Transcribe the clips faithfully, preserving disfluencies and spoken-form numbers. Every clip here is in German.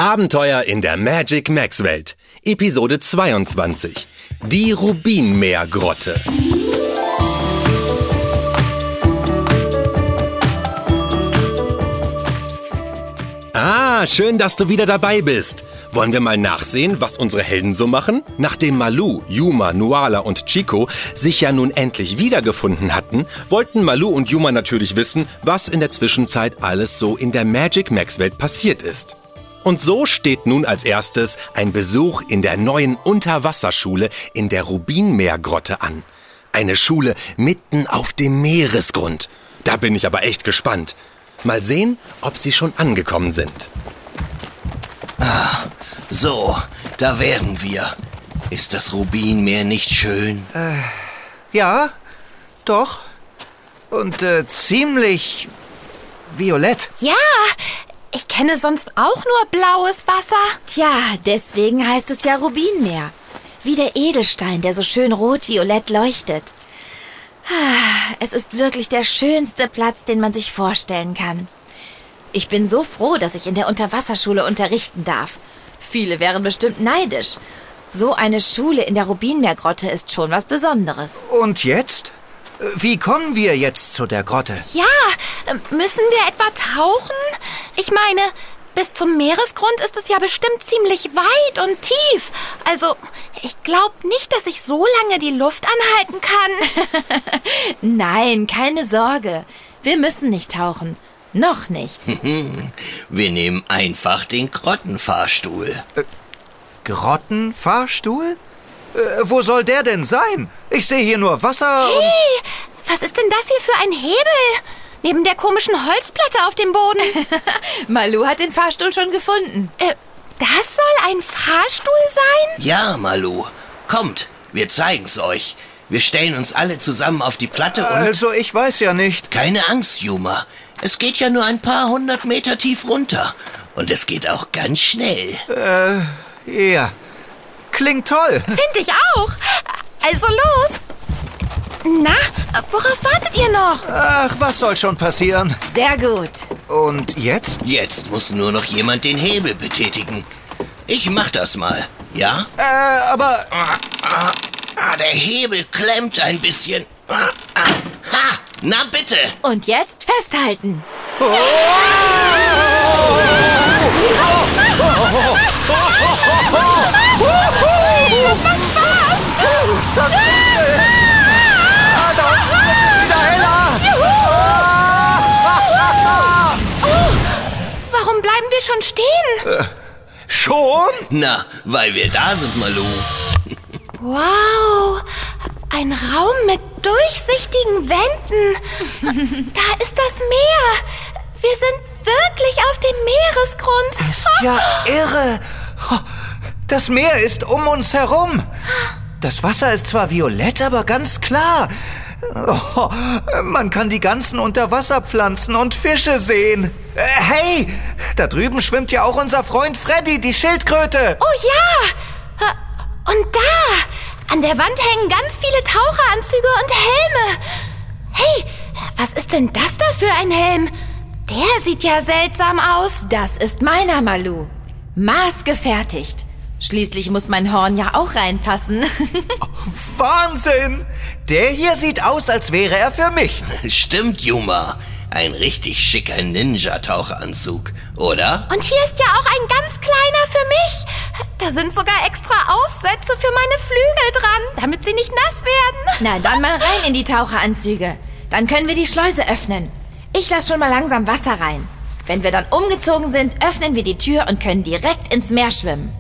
Abenteuer in der Magic Max Welt. Episode zweiundzwanzig. Die Rubinmeergrotte. Ah, schön, dass du wieder dabei bist. Wollen wir mal nachsehen, was unsere Helden so machen? Nachdem Malou, Yuma, Nuala und Chico sich ja nun endlich wiedergefunden hatten, wollten Malou und Yuma natürlich wissen, was in der Zwischenzeit alles so in der Magic Max Welt passiert ist. Und so steht nun als erstes ein Besuch in der neuen Unterwasserschule in der Rubinmeergrotte an. Eine Schule mitten auf dem Meeresgrund. Da bin ich aber echt gespannt. Mal sehen, ob sie schon angekommen sind. Ah, so, da wären wir. Ist das Rubinmeer nicht schön? Äh, ja, doch. Und äh, ziemlich violett. Ja, ich kenne sonst auch nur blaues Wasser. Tja, deswegen heißt es ja Rubinmeer. Wie der Edelstein, der so schön rot-violett leuchtet. Es ist wirklich der schönste Platz, den man sich vorstellen kann. Ich bin so froh, dass ich in der Unterwasserschule unterrichten darf. Viele wären bestimmt neidisch. So eine Schule in der Rubinmeergrotte ist schon was Besonderes. Und jetzt? Wie kommen wir jetzt zu der Grotte? Ja, müssen wir etwa tauchen? Ich meine, bis zum Meeresgrund ist es ja bestimmt ziemlich weit und tief. Also, ich glaube nicht, dass ich so lange die Luft anhalten kann. Nein, keine Sorge. Wir müssen nicht tauchen. Noch nicht. Wir nehmen einfach den Grottenfahrstuhl. Äh, Grottenfahrstuhl? Äh, wo soll der denn sein? Ich sehe hier nur Wasser und... Hey, was ist denn das hier für ein Hebel? Neben der komischen Holzplatte auf dem Boden. Malou hat den Fahrstuhl schon gefunden. Äh, das soll ein Fahrstuhl sein? Ja, Malou. Kommt, wir zeigen's euch. Wir stellen uns alle zusammen auf die Platte und... Also, ich weiß ja nicht. Keine Angst, Yuma. Es geht ja nur ein paar hundert Meter tief runter. Und es geht auch ganz schnell. Äh, ja. Klingt toll. Finde ich auch. Also los. Na, worauf wartet ihr noch? Ach, was soll schon passieren? Sehr gut. Und jetzt? Jetzt muss nur noch jemand den Hebel betätigen. Ich mach das mal, ja? Äh, aber... Ah, ah, ah, der Hebel klemmt ein bisschen. Ah, ah, ha, na bitte. Und jetzt festhalten. Oh! Das macht Spaß. Ist das Himmel? Ah, da unten wird es wieder heller. Oh, warum bleiben wir schon stehen? Äh, schon? Na, weil wir da sind, Malou. Wow, ein Raum mit durchsichtigen Wänden. Da ist das Meer. Wir sind wirklich auf dem Meeresgrund. Ist ja irre. Das Meer ist um uns herum. Das Wasser ist zwar violett, aber ganz klar. Oh, man kann die ganzen Unterwasserpflanzen und Fische sehen. Äh, hey, da drüben schwimmt ja auch unser Freund Freddy, die Schildkröte. Oh ja. Und da, an der Wand hängen ganz viele Taucheranzüge und Helme. Hey, was ist denn das da für ein Helm? Der sieht ja seltsam aus. Das ist meiner, Malou. Maßgefertigt. Schließlich muss mein Horn ja auch reinpassen. Wahnsinn! Der hier sieht aus, als wäre er für mich. Stimmt, Yuma. Ein richtig schicker Ninja-Taucheranzug, oder? Und hier ist ja auch ein ganz kleiner für mich. Da sind sogar extra Aufsätze für meine Flügel dran, damit sie nicht nass werden. Na, dann mal rein in die Taucheranzüge. Dann können wir die Schleuse öffnen. Ich lasse schon mal langsam Wasser rein. Wenn wir dann umgezogen sind, öffnen wir die Tür und können direkt ins Meer schwimmen.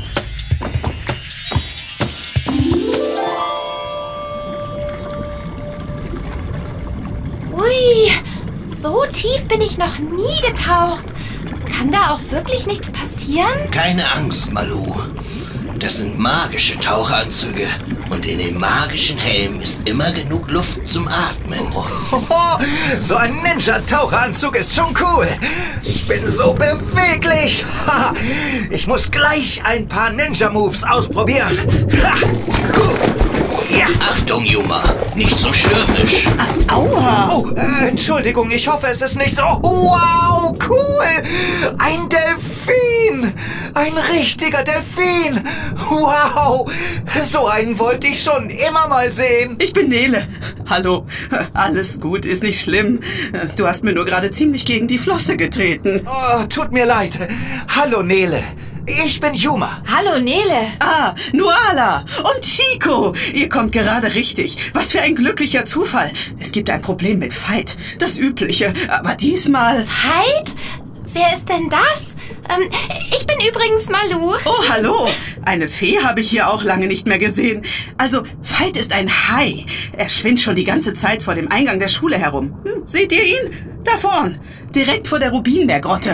Ui, so tief bin ich noch nie getaucht. Kann da auch wirklich nichts passieren? Keine Angst, Malou. Das sind magische Taucheranzüge. Und in dem magischen Helm ist immer genug Luft zum Atmen. Oh, so ein Ninja-Taucheranzug ist schon cool. Ich bin so beweglich. Ich muss gleich ein paar Ninja-Moves ausprobieren. Ja. Achtung, Yuma, nicht so stürmisch. Aua! Oh, äh, Entschuldigung, ich hoffe, es ist nicht so... Wow, cool! Ein Delfin! Ein richtiger Delfin! Wow! So einen wollte ich schon immer mal sehen. Ich bin Nele. Hallo. Alles gut, ist nicht schlimm. Du hast mir nur gerade ziemlich gegen die Flosse getreten. Oh, tut mir leid. Hallo, Nele. Ich bin Yuma. Hallo, Nele. Ah, Nuala und Chico. Ihr kommt gerade richtig. Was für ein glücklicher Zufall. Es gibt ein Problem mit Veit. Das Übliche. Aber diesmal... Veit? Wer ist denn das? Ähm, ich bin übrigens Malou. Oh, hallo. Eine Fee habe ich hier auch lange nicht mehr gesehen. Also, Veit ist ein Hai. Er schwimmt schon die ganze Zeit vor dem Eingang der Schule herum. Hm, seht ihr ihn? Da vorn. Direkt vor der Rubinmeergrotte.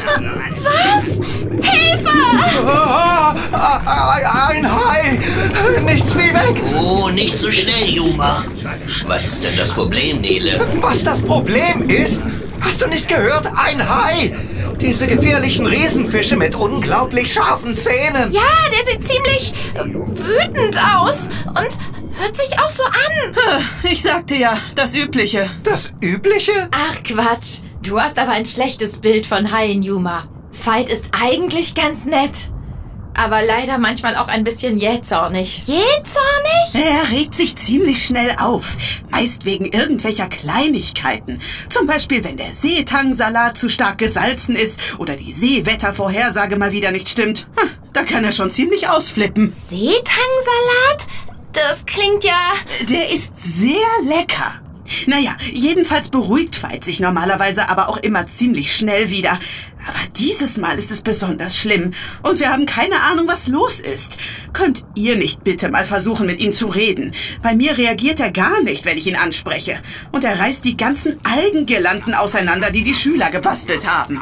Was? Hilfe! Ah, ah, ein Hai! Nichts wie weg! Oh, nicht so schnell, Yuma. Was ist denn das Problem, Nele? Was das Problem ist? Hast du nicht gehört? Ein Hai! Diese gefährlichen Riesenfische mit unglaublich scharfen Zähnen. Ja, der sieht ziemlich äh, wütend aus und hört sich auch so an. Ich sagte ja, das Übliche. Das Übliche? Ach, Quatsch. Du hast aber ein schlechtes Bild von Haien, Yuma. Veit ist eigentlich ganz nett. Aber leider manchmal auch ein bisschen jähzornig. Jähzornig? Er regt sich ziemlich schnell auf. Meist wegen irgendwelcher Kleinigkeiten. Zum Beispiel, wenn der Seetangsalat zu stark gesalzen ist oder die Seewettervorhersage mal wieder nicht stimmt. Hm, da kann er schon ziemlich ausflippen. Seetangsalat? Das klingt ja... Der ist sehr lecker. Naja, jedenfalls beruhigt Veit sich normalerweise aber auch immer ziemlich schnell wieder. Aber dieses Mal ist es besonders schlimm und wir haben keine Ahnung, was los ist. Könnt ihr nicht bitte mal versuchen, mit ihm zu reden? Bei mir reagiert er gar nicht, wenn ich ihn anspreche. Und er reißt die ganzen Algengirlanden auseinander, die die Schüler gebastelt haben.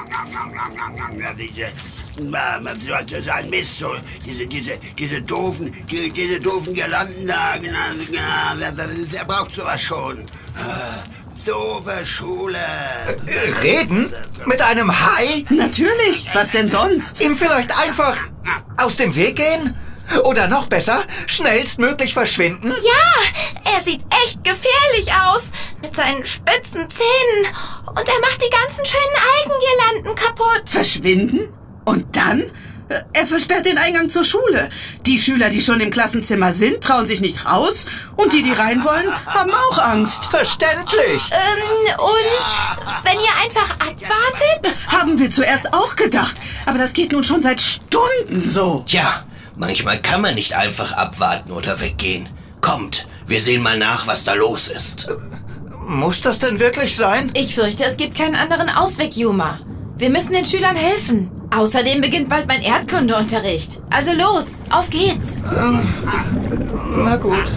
Diese, so, so ein Mist, so, diese, diese, diese doofen, die, diese doofen Girlanden da, wer braucht sowas schon? Doofe Schule. Reden? Mit einem Hai? Natürlich, was denn sonst? Ihm vielleicht einfach aus dem Weg gehen? Oder noch besser, schnellstmöglich verschwinden? Ja, er sieht echt gefährlich aus. Mit seinen spitzen Zähnen. Und er macht die ganzen schönen Algengirlanden kaputt. Verschwinden? Und dann? Er versperrt den Eingang zur Schule. Die Schüler, die schon im Klassenzimmer sind, trauen sich nicht raus. Und die, die rein wollen, haben auch Angst. Verständlich. Ähm, und wenn ihr einfach abwartet? Haben wir zuerst auch gedacht. Aber das geht nun schon seit Stunden so. Tja, manchmal kann man nicht einfach abwarten oder weggehen. Kommt, wir sehen mal nach, was da los ist. Muss das denn wirklich sein? Ich fürchte, es gibt keinen anderen Ausweg, Yuma. Wir müssen den Schülern helfen. Außerdem beginnt bald mein Erdkundeunterricht. Also los, auf geht's. Na gut.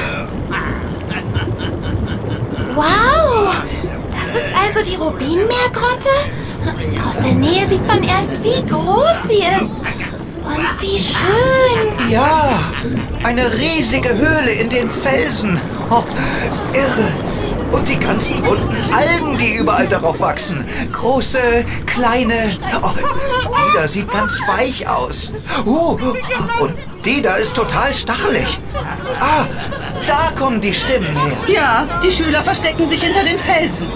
Wow, das ist also die Rubinmeergrotte? Aus der Nähe sieht man erst, wie groß sie ist. Und wie schön. Ja, eine riesige Höhle in den Felsen. Oh, irre. Und die ganzen bunten Algen, die überall darauf wachsen. Große, kleine. Oh, die da sieht ganz weich aus. Uh, und die da ist total stachelig. Ah, da kommen die Stimmen her. Ja, die Schüler verstecken sich hinter den Felsen.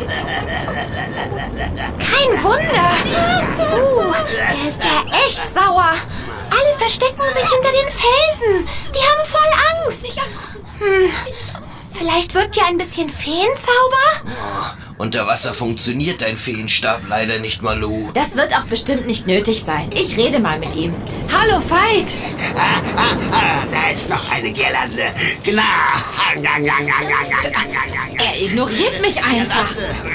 Kein Wunder. Uh, der ist ja echt sauer. Alle verstecken sich hinter den Felsen. Die haben voll Angst. Hm. Vielleicht wirkt ja ein bisschen Feenzauber? Oh, unter Wasser funktioniert dein Feenstab leider nicht, Malou. Das wird auch bestimmt nicht nötig sein. Ich rede mal mit ihm. Hallo, Veit. Ah, ah, ah, da ist noch eine Girlande. Klar. Er ignoriert mich einfach.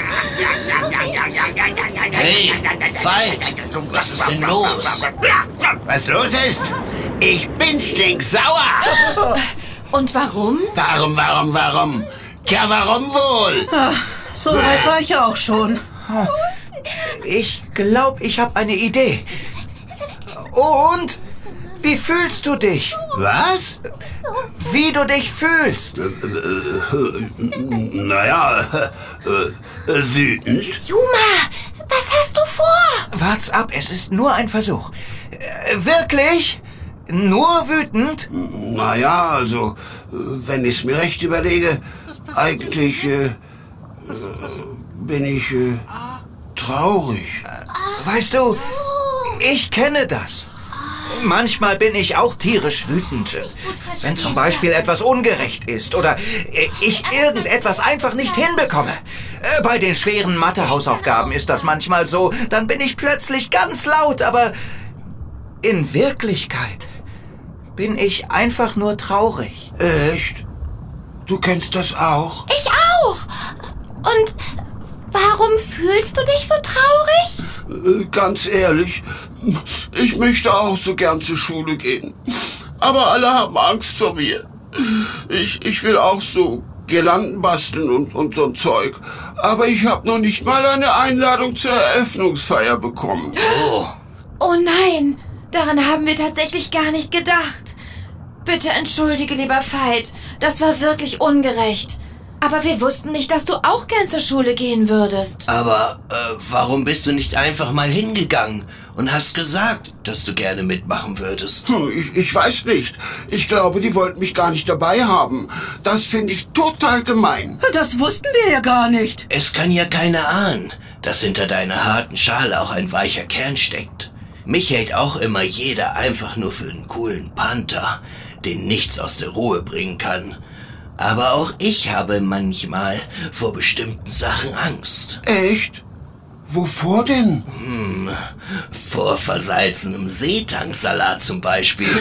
Hey, Veit, was ist denn los? Was los ist? Ich bin stinksauer. Und warum? Warum, warum, warum? Tja, warum wohl? Ach, so weit war ich auch schon. Ich glaube, ich habe eine Idee. Und? Wie fühlst du dich? Was? Wie du dich fühlst? Naja, äh, äh, wütend. Juma, was hast du vor? Wart's ab, es ist nur ein Versuch. Äh, wirklich? Nur wütend? Naja, also, wenn ich es mir recht überlege, eigentlich äh, bin ich äh, traurig. Weißt du, ich kenne das. Manchmal bin ich auch tierisch wütend. Wenn zum Beispiel etwas ungerecht ist oder ich irgendetwas einfach nicht hinbekomme. Bei den schweren Mathe-Hausaufgaben ist das manchmal so. Dann bin ich plötzlich ganz laut, aber in Wirklichkeit bin ich einfach nur traurig. Echt? Du kennst das auch? Ich auch. Und warum fühlst du dich so traurig? Äh, ganz ehrlich, ich möchte auch so gern zur Schule gehen. Aber alle haben Angst vor mir. Ich, ich will auch so Girlanden basteln und, und so ein Zeug. Aber ich habe noch nicht mal eine Einladung zur Eröffnungsfeier bekommen. Oh. Oh nein, daran haben wir tatsächlich gar nicht gedacht. Bitte entschuldige, lieber Veit. Das war wirklich ungerecht. Aber wir wussten nicht, dass du auch gern zur Schule gehen würdest. Aber äh, warum bist du nicht einfach mal hingegangen und hast gesagt, dass du gerne mitmachen würdest? Hm, ich, ich weiß nicht. Ich glaube, die wollten mich gar nicht dabei haben. Das finde ich total gemein. Das wussten wir ja gar nicht. Es kann ja keiner ahnen, dass hinter deiner harten Schale auch ein weicher Kern steckt. Mich hält auch immer jeder einfach nur für einen coolen Panther, den nichts aus der Ruhe bringen kann. Aber auch ich habe manchmal vor bestimmten Sachen Angst. Echt? Wovor denn? Hm, vor versalzenem Seetanksalat zum Beispiel.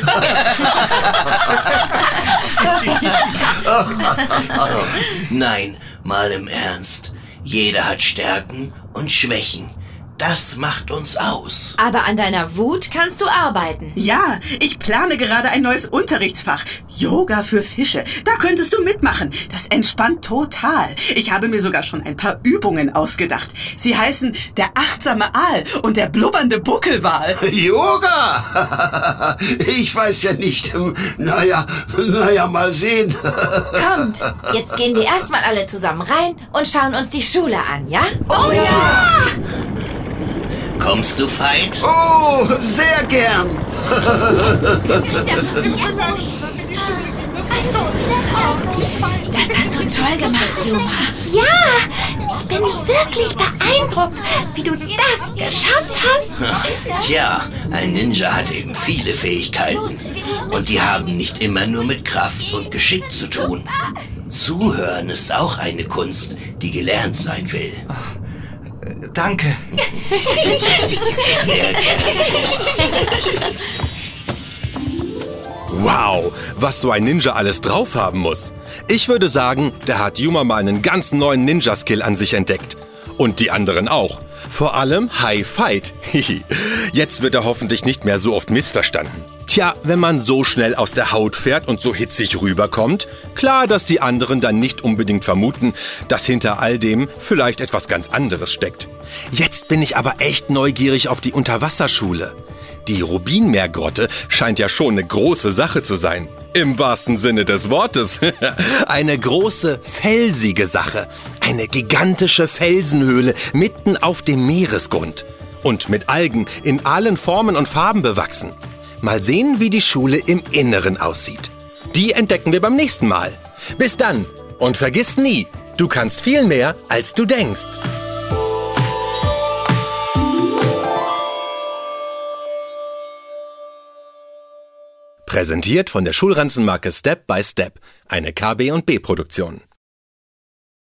Nein, mal im Ernst. Jeder hat Stärken und Schwächen. Das macht uns aus. Aber an deiner Wut kannst du arbeiten. Ja, ich plane gerade ein neues Unterrichtsfach. Yoga für Fische. Da könntest du mitmachen. Das entspannt total. Ich habe mir sogar schon ein paar Übungen ausgedacht. Sie heißen der achtsame Aal und der blubbernde Buckelwal. Yoga? Ich weiß ja nicht. Naja, naja, mal sehen. Kommt, jetzt gehen wir erstmal alle zusammen rein und schauen uns die Schule an, ja? Oh ja! Kommst du, Veit? Oh, sehr gern. Das hast du toll gemacht, Juma. Ja, ich bin wirklich beeindruckt, wie du das geschafft hast. Tja, ein Ninja hat eben viele Fähigkeiten. Und die haben nicht immer nur mit Kraft und Geschick zu tun. Zuhören ist auch eine Kunst, die gelernt sein will. Danke. Sehr gerne. Wow, was so ein Ninja alles drauf haben muss. Ich würde sagen, da hat Yuma mal einen ganz neuen Ninja-Skill an sich entdeckt. Und die anderen auch. Vor allem High Veit. Jetzt wird er hoffentlich nicht mehr so oft missverstanden. Tja, wenn man so schnell aus der Haut fährt und so hitzig rüberkommt, klar, dass die anderen dann nicht unbedingt vermuten, dass hinter all dem vielleicht etwas ganz anderes steckt. Jetzt bin ich aber echt neugierig auf die Unterwasserschule. Die Rubinmeergrotte scheint ja schon eine große Sache zu sein. Im wahrsten Sinne des Wortes. Eine große, felsige Sache. Eine gigantische Felsenhöhle mitten auf dem Meeresgrund. Und mit Algen in allen Formen und Farben bewachsen. Mal sehen, wie die Schule im Inneren aussieht. Die entdecken wir beim nächsten Mal. Bis dann und vergiss nie, du kannst viel mehr, als du denkst. Präsentiert von der Schulranzenmarke Step by Step, eine K B und B Produktion.